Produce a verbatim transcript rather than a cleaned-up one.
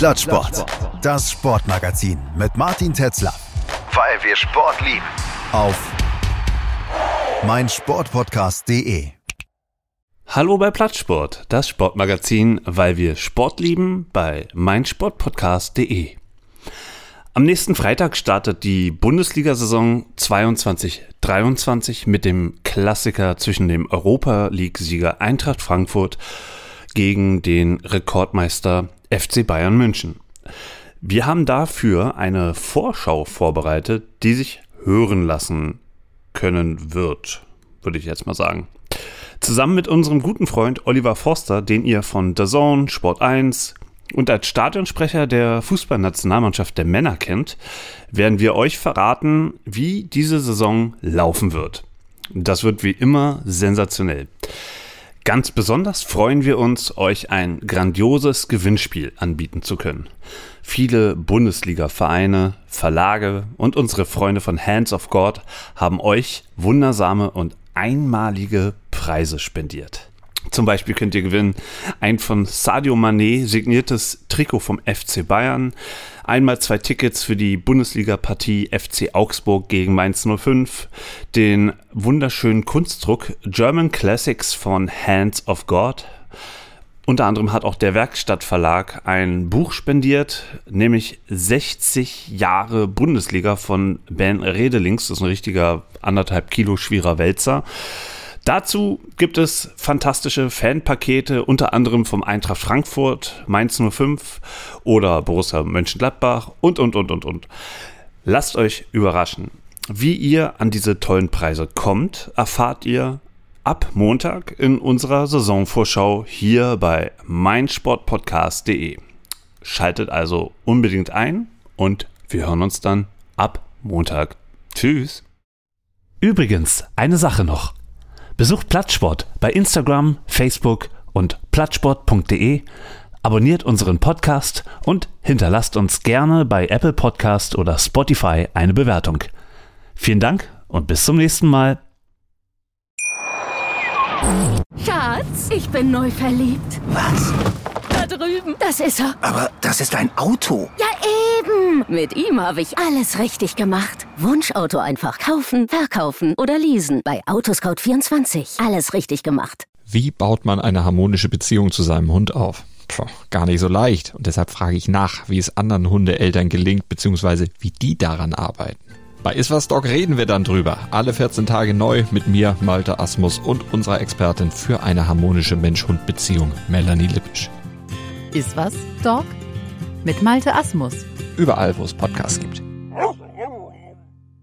Plattsport. Das Sportmagazin mit Martin Tetzler. Weil wir Sport lieben. Auf meinsportpodcast punkt de. Hallo bei Plattsport, das Sportmagazin, weil wir Sport lieben, bei meinsportpodcast punkt de. Am nächsten Freitag startet die Bundesliga-Saison zweiundzwanzig dreiundzwanzig mit dem Klassiker zwischen dem Europa-League-Sieger Eintracht Frankfurt gegen den Rekordmeister F C Bayern München. Wir haben dafür eine Vorschau vorbereitet, die sich hören lassen können wird, würde ich jetzt mal sagen. Zusammen mit unserem guten Freund Oliver Forster, den ihr von D A Z N, Sport eins und als Stadionsprecher der Fußballnationalmannschaft der Männer kennt, werden wir euch verraten, wie diese Saison laufen wird. Das wird wie immer sensationell. Ganz besonders freuen wir uns, euch ein grandioses Gewinnspiel anbieten zu können. Viele Bundesliga-Vereine, Verlage und unsere Freunde von Hands of God haben euch wundersame und einmalige Preise spendiert. Zum Beispiel könnt ihr gewinnen ein von Sadio Mané signiertes Trikot vom F C Bayern, einmal zwei Tickets für die Bundesliga-Partie F C Augsburg gegen Mainz null fünf, den wunderschönen Kunstdruck German Classics von Hands of God. Unter anderem hat auch der Werkstattverlag ein Buch spendiert, nämlich sechzig Jahre Bundesliga von Ben Redelings. Das ist ein richtiger anderthalb Kilo schwerer Wälzer. Dazu gibt es fantastische Fanpakete, unter anderem vom Eintracht Frankfurt, Mainz null fünf oder Borussia Mönchengladbach und, und, und, und, und. Lasst euch überraschen. Wie ihr an diese tollen Preise kommt, erfahrt ihr ab Montag in unserer Saisonvorschau hier bei meinsportpodcast punkt de. Schaltet also unbedingt ein und wir hören uns dann ab Montag. Tschüss. Übrigens, eine Sache noch. Besucht Plattsport bei Instagram, Facebook und plattsport punkt de, abonniert unseren Podcast und hinterlasst uns gerne bei Apple Podcast oder Spotify eine Bewertung. Vielen Dank und bis zum nächsten Mal. Schatz, ich bin neu verliebt. Was? Da drüben. Das ist er. Aber das ist ein Auto. Ja, eben. Mit ihm habe ich alles richtig gemacht. Wunschauto einfach kaufen, verkaufen oder leasen. Bei Autoscout vierundzwanzig. Alles richtig gemacht. Wie baut man eine harmonische Beziehung zu seinem Hund auf? Puh, gar nicht so leicht. Und deshalb frage ich nach, wie es anderen Hundeeltern gelingt, beziehungsweise wie die daran arbeiten. Bei Iswas Dog reden wir dann drüber. Alle vierzehn Tage neu mit mir, Malte Asmus und unserer Expertin für eine harmonische Mensch-Hund-Beziehung, Melanie Lippisch. Iswas Dog mit Malte Asmus. Überall, wo es Podcasts gibt.